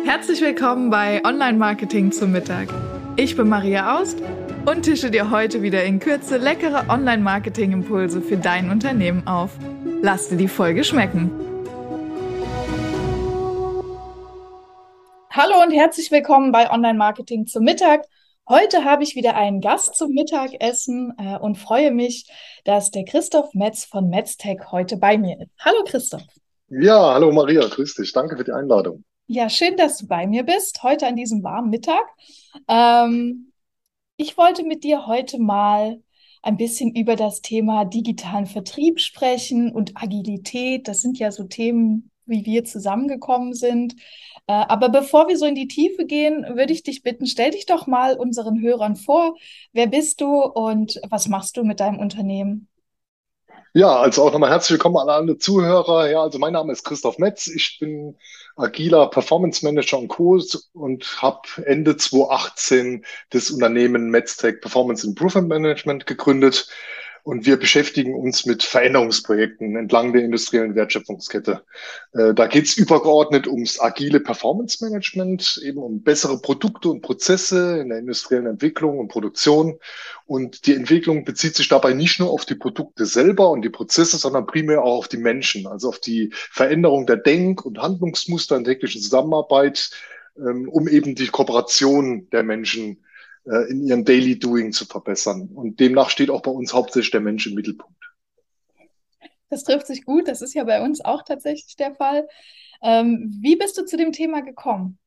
Herzlich willkommen bei Online-Marketing zum Mittag. Ich bin Maria Aust und tische dir heute wieder in Kürze leckere Online-Marketing-Impulse für dein Unternehmen auf. Lass dir die Folge schmecken. Hallo und herzlich willkommen bei Online-Marketing zum Mittag. Heute habe ich wieder einen Gast zum Mittagessen und freue mich, dass der Christoph Metz von Metztech heute bei mir ist. Hallo Christoph. Ja, hallo Maria, grüß dich. Danke für die Einladung. Ja, schön, dass du bei mir bist, heute an diesem warmen Mittag. Ähm, Ich wollte mit dir heute mal ein bisschen über das Thema digitalen Vertrieb sprechen und Agilität. Das sind ja so Themen, wie wir zusammengekommen sind. Aber bevor wir so in die Tiefe gehen, würde ich dich bitten, stell dich doch mal unseren Hörern vor. Wer bist du und was machst du mit deinem Unternehmen? Ja, also auch nochmal herzlich willkommen an alle Zuhörer. Ja, also mein Name ist Christoph Metz. Ich bin agiler Performance Manager und Co. und habe Ende 2018 das Unternehmen Metztech Performance Improvement Management gegründet. Und wir beschäftigen uns mit Veränderungsprojekten entlang der industriellen Wertschöpfungskette. Da geht es übergeordnet ums agile Performance Management, eben um bessere Produkte und Prozesse in der industriellen Entwicklung und Produktion. Und die Entwicklung bezieht sich dabei nicht nur auf die Produkte selber und die Prozesse, sondern primär auch auf die Menschen, also auf die Veränderung der Denk- und Handlungsmuster in täglichen Zusammenarbeit, um eben die Kooperation der Menschen in ihrem Daily Doing zu verbessern. Und demnach steht auch bei uns hauptsächlich der Mensch im Mittelpunkt. Das trifft sich gut, das ist ja bei uns auch tatsächlich der Fall. Wie bist du zu dem Thema gekommen?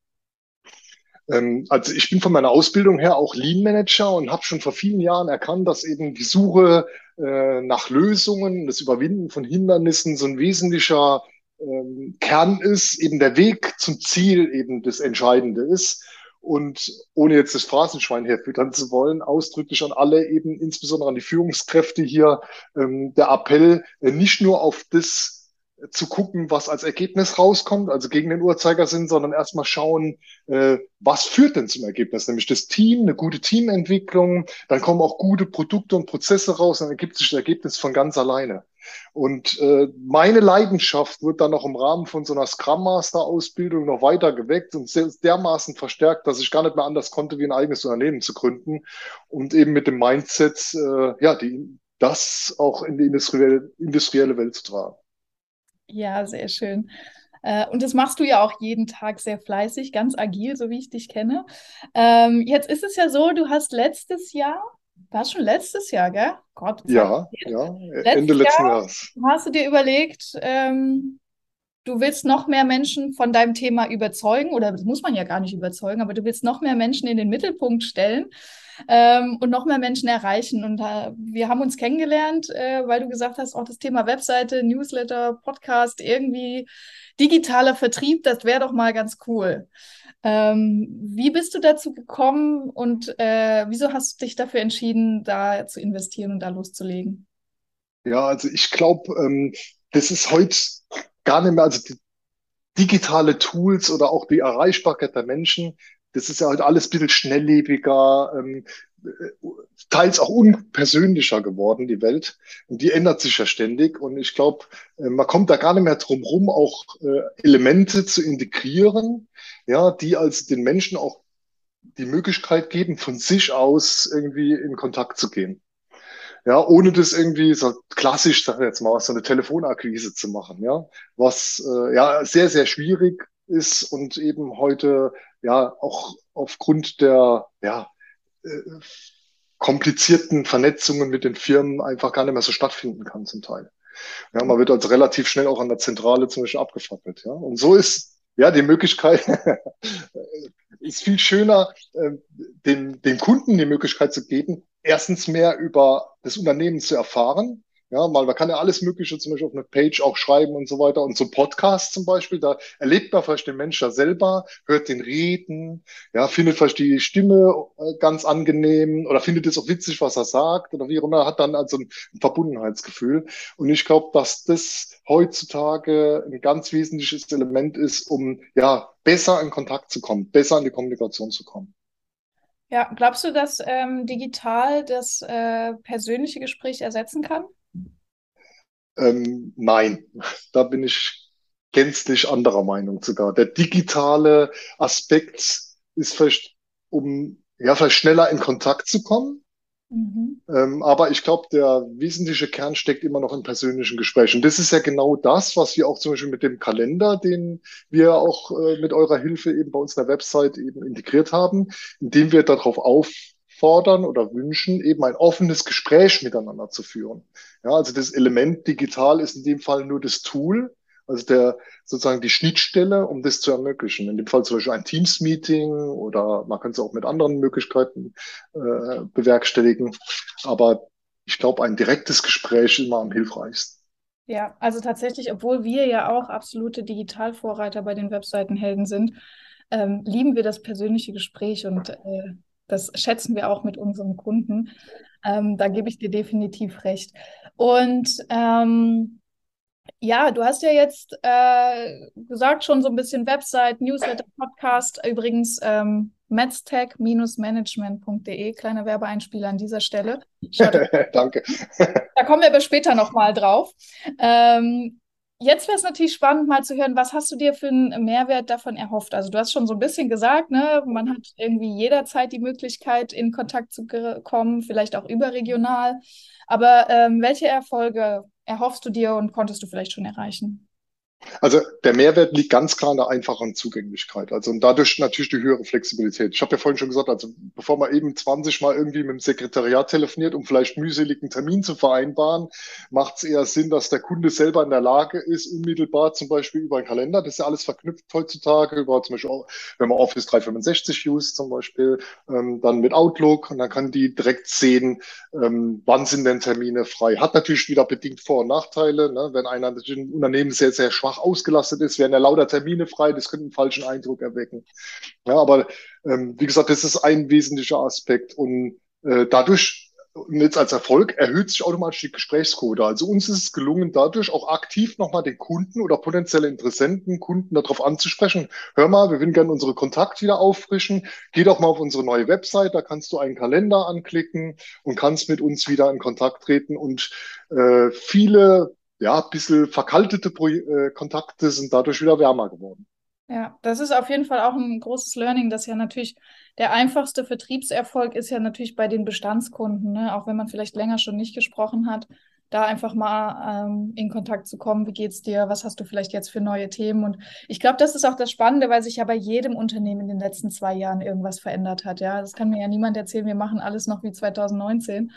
Also ich bin von meiner Ausbildung her auch Lean Manager und habe schon vor vielen Jahren erkannt, dass eben die Suche nach Lösungen, das Überwinden von Hindernissen so ein wesentlicher Kern ist, eben der Weg zum Ziel eben das Entscheidende ist. Und ohne jetzt das Phrasenschwein herfüttern zu wollen, ausdrücklich an alle eben, insbesondere an die Führungskräfte hier, der Appell, nicht nur auf das zu gucken, was als Ergebnis rauskommt, also gegen den Uhrzeigersinn, sondern erstmal schauen, was führt denn zum Ergebnis? Nämlich das Team, eine gute Teamentwicklung, dann kommen auch gute Produkte und Prozesse raus, dann ergibt sich das Ergebnis von ganz alleine. Und meine Leidenschaft wird dann noch im Rahmen von so einer Scrum Master Ausbildung noch weiter geweckt und dermaßen verstärkt, dass ich gar nicht mehr anders konnte, wie ein eigenes Unternehmen zu gründen und eben mit dem Mindset, das auch in die industrielle Welt zu tragen. Ja, sehr schön. Und das machst du ja auch jeden Tag sehr fleißig, ganz agil, so wie ich dich kenne. Jetzt ist es ja so, du hast letztes Jahr, war es schon letztes Jahr, gell? Gott, Zeit Ja, vergeht. ja, Ende Letztes letzten Jahr Jahres. hast du dir überlegt, du willst noch mehr Menschen von deinem Thema überzeugen, oder das muss man ja gar nicht überzeugen, aber du willst noch mehr Menschen in den Mittelpunkt stellen und noch mehr Menschen erreichen. Und wir haben uns kennengelernt, weil du gesagt hast, auch das Thema Webseite, Newsletter, Podcast, irgendwie digitaler Vertrieb, das wäre doch mal ganz cool. Wie bist du dazu gekommen und wieso hast du dich dafür entschieden, da zu investieren und da loszulegen? Ja, also ich glaube, das ist heute gar nicht mehr, also die digitale Tools oder auch die Erreichbarkeit der Menschen, das ist ja heute alles ein bisschen schnelllebiger, teils auch unpersönlicher geworden, die Welt. Und die ändert sich ja ständig. Und ich glaube, man kommt da gar nicht mehr drum rum, auch Elemente zu integrieren, ja, die als den Menschen auch die Möglichkeit geben, von sich aus irgendwie in Kontakt zu gehen. Ja, ohne das irgendwie so klassisch, sag ich jetzt mal, so eine Telefonakquise zu machen, ja, was ja sehr, sehr schwierig ist und eben heute ja auch aufgrund der äh, komplizierten Vernetzungen mit den Firmen einfach gar nicht mehr so stattfinden kann zum Teil. Ja, man wird also relativ schnell auch an der Zentrale zum Beispiel abgefackelt, ja. Und so ist ja die Möglichkeit, ist viel schöner, dem Kunden die Möglichkeit zu geben, erstens mehr über das Unternehmen zu erfahren. Ja, weil man kann ja alles Mögliche zum Beispiel auf eine Page auch schreiben und so weiter. Und so Podcast zum Beispiel, da erlebt man vielleicht den Mensch ja selber, hört den reden, ja, findet vielleicht die Stimme ganz angenehm oder findet es auch witzig, was er sagt oder wie auch immer, hat dann also ein Verbundenheitsgefühl. Und ich glaube, dass das heutzutage ein ganz wesentliches Element ist, um ja besser in Kontakt zu kommen, besser in die Kommunikation zu kommen. Ja, glaubst du, dass digital das persönliche Gespräch ersetzen kann? Nein, da bin ich. gänzlich anderer Meinung sogar. Der digitale Aspekt ist vielleicht, um ja vielleicht schneller in Kontakt zu kommen. Mhm. Aber ich glaube, der wesentliche Kern steckt immer noch in persönlichen Gesprächen. Das ist ja genau das, was wir auch zum Beispiel mit dem Kalender, den wir auch mit eurer Hilfe eben bei uns in der Website eben integriert haben, indem wir darauf auffordern oder wünschen, eben ein offenes Gespräch miteinander zu führen. Ja, also das Element digital ist in dem Fall nur das Tool, also der sozusagen die Schnittstelle, um das zu ermöglichen. In dem Fall zum Beispiel ein Teams-Meeting oder man kann es auch mit anderen Möglichkeiten bewerkstelligen. Aber ich glaube, ein direktes Gespräch ist immer am hilfreichsten. Ja, also tatsächlich, obwohl wir ja auch absolute Digitalvorreiter bei den Webseitenhelden sind, lieben wir das persönliche Gespräch und das schätzen wir auch mit unseren Kunden. Da gebe ich dir definitiv recht. Und ja, du hast ja jetzt gesagt, schon so ein bisschen Website, Newsletter, Podcast. Übrigens, medstech-management.de, kleiner Werbeeinspieler an dieser Stelle. Schaut, Danke. da kommen wir aber später nochmal drauf. Ähm, Jetzt wäre es natürlich spannend, mal zu hören, was hast du dir für einen Mehrwert davon erhofft? Also du hast schon so ein bisschen gesagt, ne, man hat irgendwie jederzeit die Möglichkeit, in Kontakt zu kommen, vielleicht auch überregional. Aber welche Erfolge erhoffst du dir und konntest du vielleicht schon erreichen? Also der Mehrwert liegt ganz klar in der einfachen Zugänglichkeit. Also und dadurch natürlich die höhere Flexibilität. Ich habe ja vorhin schon gesagt, also bevor man eben 20 Mal irgendwie mit dem Sekretariat telefoniert, um vielleicht mühselig einen Termin zu vereinbaren, macht es eher Sinn, dass der Kunde selber in der Lage ist, unmittelbar zum Beispiel über einen Kalender, das ist ja alles verknüpft heutzutage, über zum Beispiel, auch, wenn man Office 365 use zum Beispiel, dann mit Outlook und dann kann die direkt sehen, wann sind denn Termine frei. Hat natürlich wieder bedingt Vor- und Nachteile. Ne? Wenn einer natürlich ein Unternehmen sehr, sehr schwach ausgelastet ist, werden ja lauter Termine frei, das könnte einen falschen Eindruck erwecken. Ja, aber wie gesagt, das ist ein wesentlicher Aspekt. Und dadurch, und jetzt als Erfolg, erhöht sich automatisch die Gesprächsquote. Also uns ist es gelungen, dadurch auch aktiv nochmal den Kunden oder potenzielle Interessenten, Kunden darauf anzusprechen. Hör mal, wir würden gerne unsere Kontakte wieder auffrischen. Geh doch mal auf unsere neue Website, da kannst du einen Kalender anklicken und kannst mit uns wieder in Kontakt treten. Und viele, ja, ein bisschen verkaltete Kontakte sind dadurch wieder wärmer geworden. Ja, das ist auf jeden Fall auch ein großes Learning, dass ja natürlich der einfachste Vertriebserfolg ist ja natürlich bei den Bestandskunden, ne? Auch wenn man vielleicht länger schon nicht gesprochen hat, da einfach mal in Kontakt zu kommen. Wie geht's dir? Was hast du vielleicht jetzt für neue Themen? Und ich glaube, das ist auch das Spannende, weil sich ja bei jedem Unternehmen in den letzten 2 Jahren irgendwas verändert hat. Ja, das kann mir ja niemand erzählen. Wir machen alles noch wie 2019.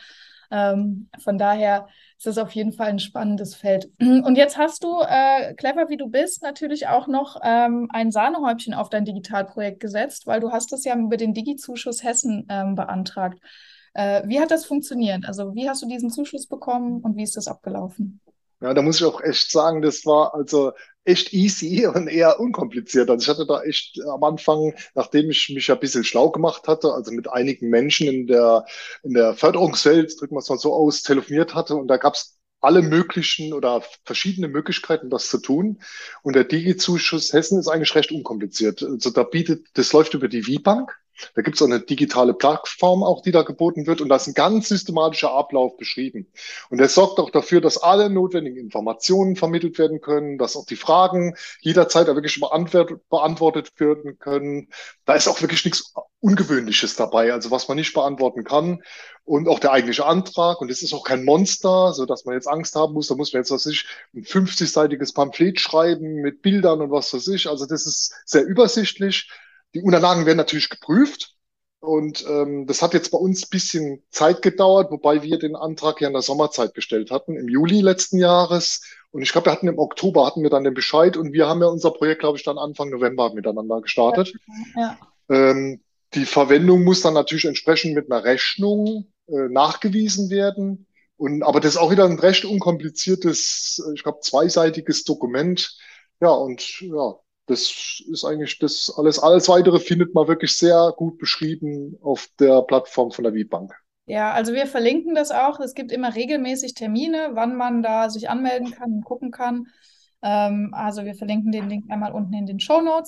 Von daher ist es auf jeden Fall ein spannendes Feld. Und jetzt hast du, clever wie du bist, natürlich auch noch ein Sahnehäubchen auf dein Digitalprojekt gesetzt, weil du hast es ja über den Digi-Zuschuss Hessen beantragt. Wie hat das funktioniert? Also wie hast du diesen Zuschuss bekommen und wie ist das abgelaufen? Ja, da muss ich auch echt sagen, das war also echt easy und eher unkompliziert. Also ich hatte da echt am Anfang, nachdem ich mich ja ein bisschen schlau gemacht hatte, also mit einigen Menschen in der Förderungswelt, drücken wir es mal so aus, telefoniert hatte und da gab es alle möglichen oder verschiedene Möglichkeiten, das zu tun. Und der Digi-Zuschuss Hessen ist eigentlich recht unkompliziert. Also das läuft über die WIBank. Da gibt es auch eine digitale Plattform auch, die da geboten wird und da ist ein ganz systematischer Ablauf beschrieben. Und er sorgt auch dafür, dass alle notwendigen Informationen vermittelt werden können, dass auch die Fragen jederzeit auch wirklich beantwortet werden können. Da ist auch wirklich nichts Ungewöhnliches dabei, also was man nicht beantworten kann. Und auch der eigentliche Antrag. Und es ist auch kein Monster, so dass man jetzt Angst haben muss. Da muss man jetzt, was weiß ich, ein 50-seitiges Pamphlet schreiben mit Bildern und was weiß ich. Also das ist sehr übersichtlich. Die Unterlagen werden natürlich geprüft. Und das hat jetzt bei uns ein bisschen Zeit gedauert, wobei wir den Antrag ja in der Sommerzeit gestellt hatten, im Juli letzten Jahres. Und ich glaube, wir hatten im Oktober hatten wir dann den Bescheid und wir haben ja unser Projekt, glaube ich, dann Anfang November miteinander gestartet. Ja. Ähm, Die Verwendung muss dann natürlich entsprechend mit einer Rechnung nachgewiesen werden. Und, aber das ist auch wieder ein recht unkompliziertes, ich glaube, zweiseitiges Dokument. Ja, und ja, das ist eigentlich das alles. Alles weitere findet man wirklich sehr gut beschrieben auf der Plattform von der WIBank. Ja, also wir verlinken das auch. Es gibt immer regelmäßig Termine, wann man da sich anmelden kann und gucken kann. Also wir verlinken den Link einmal unten in den Show Notes.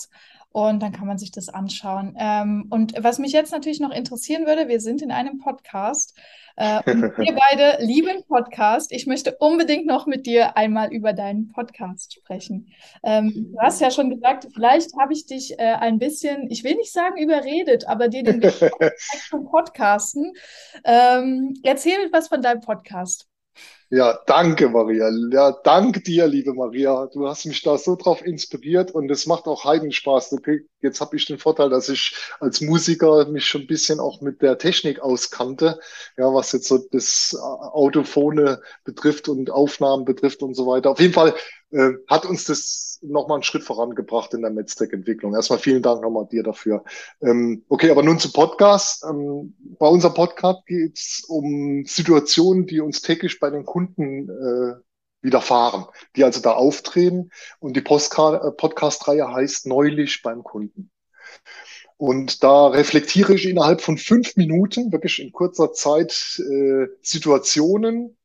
Und dann kann man sich das anschauen. Und was mich jetzt natürlich noch interessieren würde, wir sind in einem Podcast. Und wir beide lieben Podcast. Ich möchte unbedingt noch mit dir einmal über deinen Podcast sprechen. Du hast ja schon gesagt, vielleicht habe ich dich ein bisschen, ich will nicht sagen überredet, aber dir den Weg zum Podcasten. Erzähl was von deinem Podcast. Ja, danke, Maria. Ja, danke dir, liebe Maria. Du hast mich da so drauf inspiriert und es macht auch Heidenspaß. Okay, jetzt habe ich den Vorteil, dass ich als Musiker mich schon ein bisschen auch mit der Technik auskannte, ja, was jetzt so das Autophone betrifft und Aufnahmen betrifft und so weiter. Auf jeden Fall hat uns das nochmal einen Schritt vorangebracht in der Medtech-Entwicklung. Erstmal vielen Dank nochmal dir dafür. Okay, aber nun zum Podcast. Bei unserem Podcast geht es um Situationen, die uns täglich bei den Kunden widerfahren, die also da auftreten. Und die Podcast-Reihe heißt Neulich beim Kunden. Und da reflektiere ich innerhalb von 5 Minuten, wirklich in kurzer Zeit, Situationen,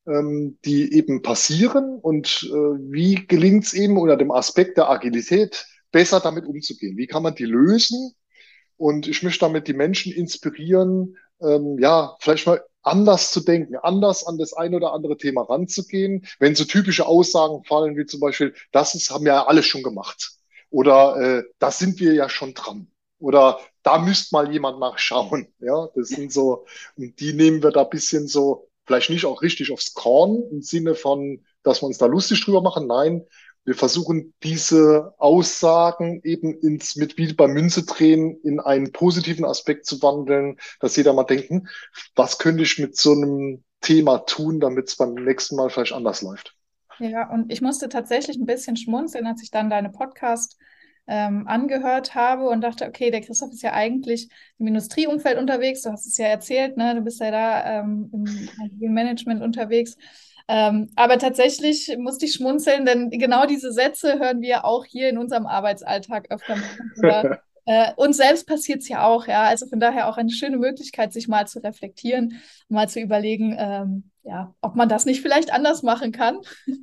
die eben passieren und wie gelingt es eben unter dem Aspekt der Agilität besser damit umzugehen? Wie kann man die lösen? Und ich möchte damit die Menschen inspirieren, ja, vielleicht mal anders zu denken, anders an das ein oder andere Thema ranzugehen. Wenn so typische Aussagen fallen, wie zum Beispiel, haben wir ja alle schon gemacht. Oder da sind wir ja schon dran. Oder da müsste mal jemand nachschauen. Ja, das sind so, und die nehmen wir da ein bisschen so, vielleicht nicht auch richtig aufs Korn im Sinne von, dass wir uns da lustig drüber machen. Nein, wir versuchen diese Aussagen eben mit wie beim Münze drehen in einen positiven Aspekt zu wandeln, dass jeder mal denken, was könnte ich mit so einem Thema tun, damit es beim nächsten Mal vielleicht anders läuft. Ja, und ich musste tatsächlich ein bisschen schmunzeln, als ich dann deine Podcast angehört habe und dachte, okay, der Christoph ist ja eigentlich im Industrieumfeld unterwegs. Du hast es ja erzählt, ne? Du bist ja da im agilen Management unterwegs. Aber tatsächlich musste ich schmunzeln, denn genau diese Sätze hören wir auch hier in unserem Arbeitsalltag öfter mal. Oder, uns selbst passiert es ja auch, ja. Also von daher auch eine schöne Möglichkeit, sich mal zu reflektieren, mal zu überlegen, ja, ob man das nicht vielleicht anders machen kann.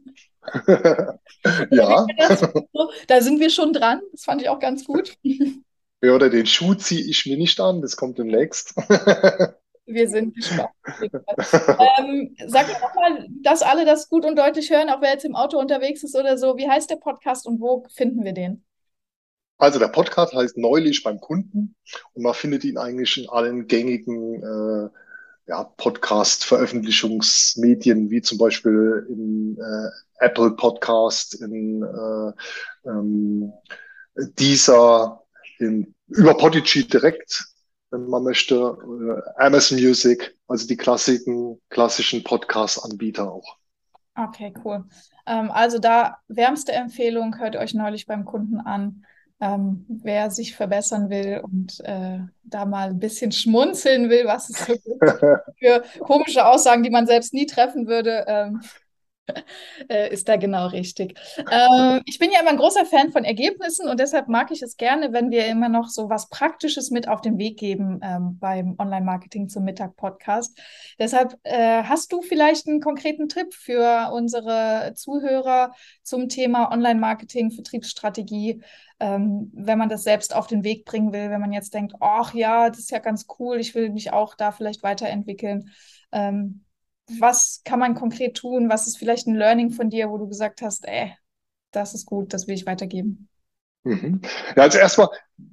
Oder wie Ja. wir das so, da sind wir schon dran. Das fand ich auch ganz gut. Ja, oder den Schuh ziehe ich mir nicht an, das kommt demnächst. Wir sind gespannt. Sag mir nochmal, dass alle das gut und deutlich hören, auch wer jetzt im Auto unterwegs ist oder so. Wie heißt der Podcast und wo finden wir den? Also der Podcast heißt Neulich beim Kunden und man findet ihn eigentlich in allen gängigen ja, Podcast-Veröffentlichungsmedien, wie zum Beispiel in Apple Podcast, in Deezer, über Podigy direkt, wenn man möchte, Amazon Music, also die klassischen Podcast-Anbieter auch. Okay, cool. Also da wärmste Empfehlung, hört euch neulich beim Kunden an. Wer sich verbessern will und da mal ein bisschen schmunzeln will, was es so gibt für komische Aussagen, die man selbst nie treffen würde, ist da genau richtig. Ich bin ja immer ein großer Fan von Ergebnissen und deshalb mag ich es gerne, wenn wir immer noch so was Praktisches mit auf den Weg geben beim Online-Marketing zum Mittag-Podcast. Deshalb hast du vielleicht einen konkreten Tipp für unsere Zuhörer zum Thema Online-Marketing, Vertriebsstrategie, wenn man das selbst auf den Weg bringen will, wenn man jetzt denkt, ach ja, das ist ja ganz cool, ich will mich auch da vielleicht weiterentwickeln. Was kann man konkret tun? Was ist vielleicht ein Learning von dir, wo du gesagt hast, das ist gut, das will ich weitergeben? Mhm. Ja, also erstmal,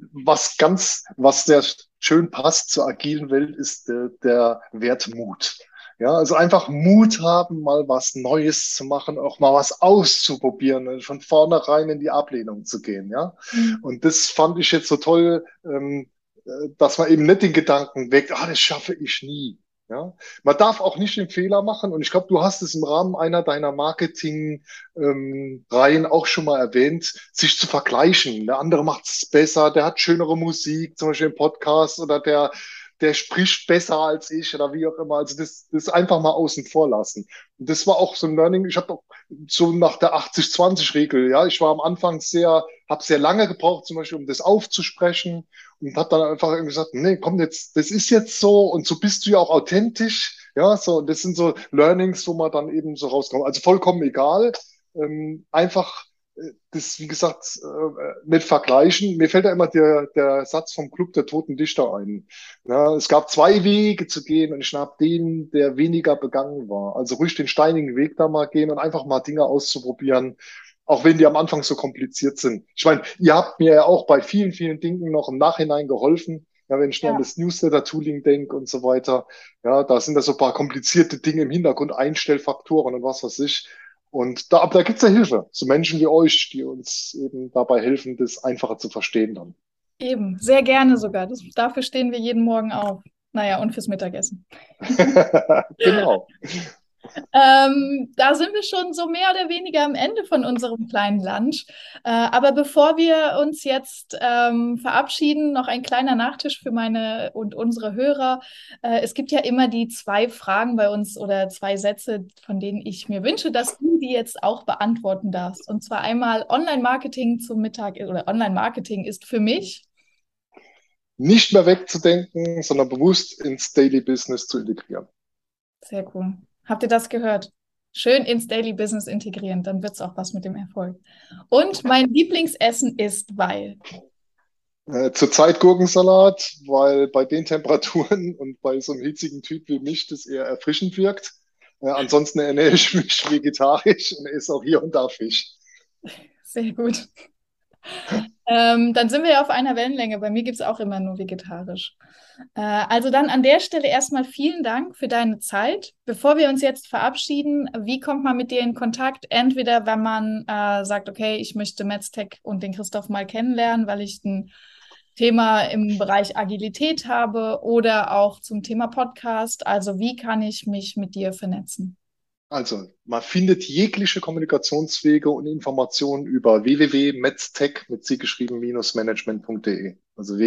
was sehr schön passt zur agilen Welt, ist der Wert Mut. Ja, also einfach Mut haben, mal was Neues zu machen, auch mal was auszuprobieren und von vornherein in die Ablehnung zu gehen. Ja, Mhm. und das fand ich jetzt so toll, dass man eben nicht den Gedanken weckt, das schaffe ich nie. Ja, man darf auch nicht den Fehler machen. Und ich glaube, du hast es im Rahmen einer deiner Marketing-Reihen auch schon mal erwähnt, sich zu vergleichen. Der andere macht es besser, der hat schönere Musik, zum Beispiel im Podcast, oder der spricht besser als ich oder wie auch immer. Also das einfach mal außen vor lassen. Und das war auch so ein Learning. Ich habe auch so nach der 80-20-Regel, ja, ich war am Anfang habe sehr lange gebraucht, zum Beispiel, um das aufzusprechen und habe dann einfach irgendwie gesagt, nee, komm jetzt, das ist jetzt so und so bist du ja auch authentisch. Ja, so, und das sind so Learnings, wo man dann eben so rauskommt. Also vollkommen egal. Einfach das, wie gesagt, nicht vergleichen. Mir fällt da immer der Satz vom Club der Toten Dichter ein. Ja, es gab zwei Wege zu gehen und ich nahm den, der weniger begangen war. Also ruhig den steinigen Weg da mal gehen und einfach mal Dinge auszuprobieren, auch wenn die am Anfang so kompliziert sind. Ich meine, ihr habt mir ja auch bei vielen, vielen Dingen noch im Nachhinein geholfen. Ja, wenn ich nur an Ja. das Newsletter-Tooling denke und so weiter. Ja, da sind da so ein paar komplizierte Dinge im Hintergrund, Einstellfaktoren und was weiß ich. Und aber da gibt's ja Hilfe. So Menschen wie euch, die uns eben dabei helfen, das einfacher zu verstehen dann. Eben, sehr gerne sogar. Dafür stehen wir jeden Morgen auf. Naja, und fürs Mittagessen. Genau. Da sind wir schon so mehr oder weniger am Ende von unserem kleinen Lunch. Aber bevor wir uns jetzt verabschieden, noch ein kleiner Nachtisch für meine und unsere Hörer. Es gibt ja immer die zwei Fragen bei uns oder zwei Sätze, von denen ich mir wünsche, dass du die jetzt auch beantworten darfst. Und zwar einmal Online-Marketing zum Mittag oder Online-Marketing ist für mich. Nicht mehr wegzudenken, sondern bewusst ins Daily Business zu integrieren. Sehr cool. Habt ihr das gehört? Schön ins Daily Business integrieren, dann wird es auch was mit dem Erfolg. Und mein Lieblingsessen ist, weil. Zurzeit Gurkensalat, weil bei den Temperaturen und bei so einem hitzigen Typ wie mich das eher erfrischend wirkt. Ansonsten ernähre ich mich vegetarisch und esse auch hier und da Fisch. Sehr gut. Dann sind wir ja auf einer Wellenlänge. Bei mir gibt es auch immer nur vegetarisch. Also dann an der Stelle erstmal vielen Dank für deine Zeit. Bevor wir uns jetzt verabschieden, wie kommt man mit dir in Kontakt? Entweder wenn man sagt, okay, ich möchte Metztech und den Christoph mal kennenlernen, weil ich ein Thema im Bereich Agilität habe oder auch zum Thema Podcast. Also wie kann ich mich mit dir vernetzen? Also, man findet jegliche Kommunikationswege und Informationen über www.metztech mit C geschrieben -management.de. Also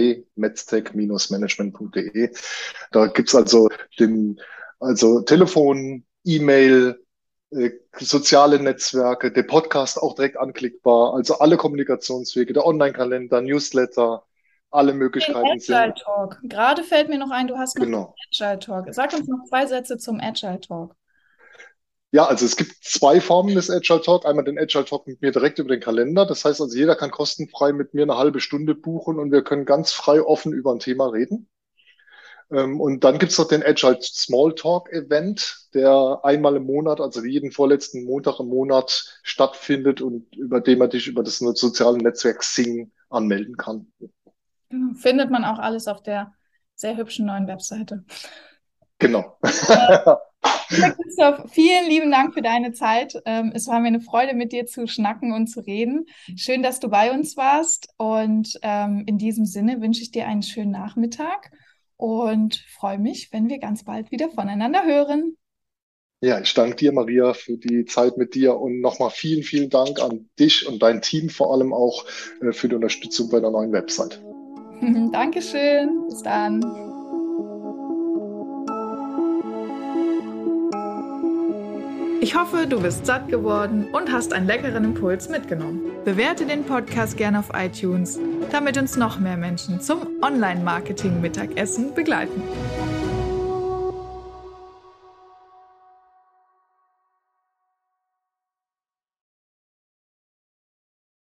www.metztech-management.de. Da gibt's also also Telefon, E-Mail, soziale Netzwerke, der Podcast auch direkt anklickbar. Also alle Kommunikationswege, der Online-Kalender, Newsletter, alle Den Möglichkeiten Agile sind, Talk. Gerade fällt mir noch ein, du hast noch den genau. Agile Talk. Sag uns noch zwei Sätze zum Agile Talk. Ja, also es gibt zwei Formen des Agile Talk. Einmal den Agile Talk mit mir direkt über den Kalender. Das heißt also, jeder kann kostenfrei mit mir eine halbe Stunde buchen und wir können ganz frei offen über ein Thema reden. Und dann gibt's noch den Agile Smalltalk Event, der einmal im Monat, also jeden vorletzten Montag im Monat stattfindet und über den man dich über das soziale Netzwerk Xing anmelden kann. Genau. Findet man auch alles auf der sehr hübschen neuen Webseite. Genau. Lieber Christoph, vielen lieben Dank für deine Zeit. Es war mir eine Freude, mit dir zu schnacken und zu reden. Schön, dass du bei uns warst. Und in diesem Sinne wünsche ich dir einen schönen Nachmittag und freue mich, wenn wir ganz bald wieder voneinander hören. Ja, ich danke dir, Maria, für die Zeit mit dir und nochmal vielen, vielen Dank an dich und dein Team vor allem auch für die Unterstützung bei der neuen Website. Dankeschön. Bis dann. Ich hoffe, du bist satt geworden und hast einen leckeren Impuls mitgenommen. Bewerte den Podcast gerne auf iTunes, damit uns noch mehr Menschen zum Online-Marketing-Mittagessen begleiten.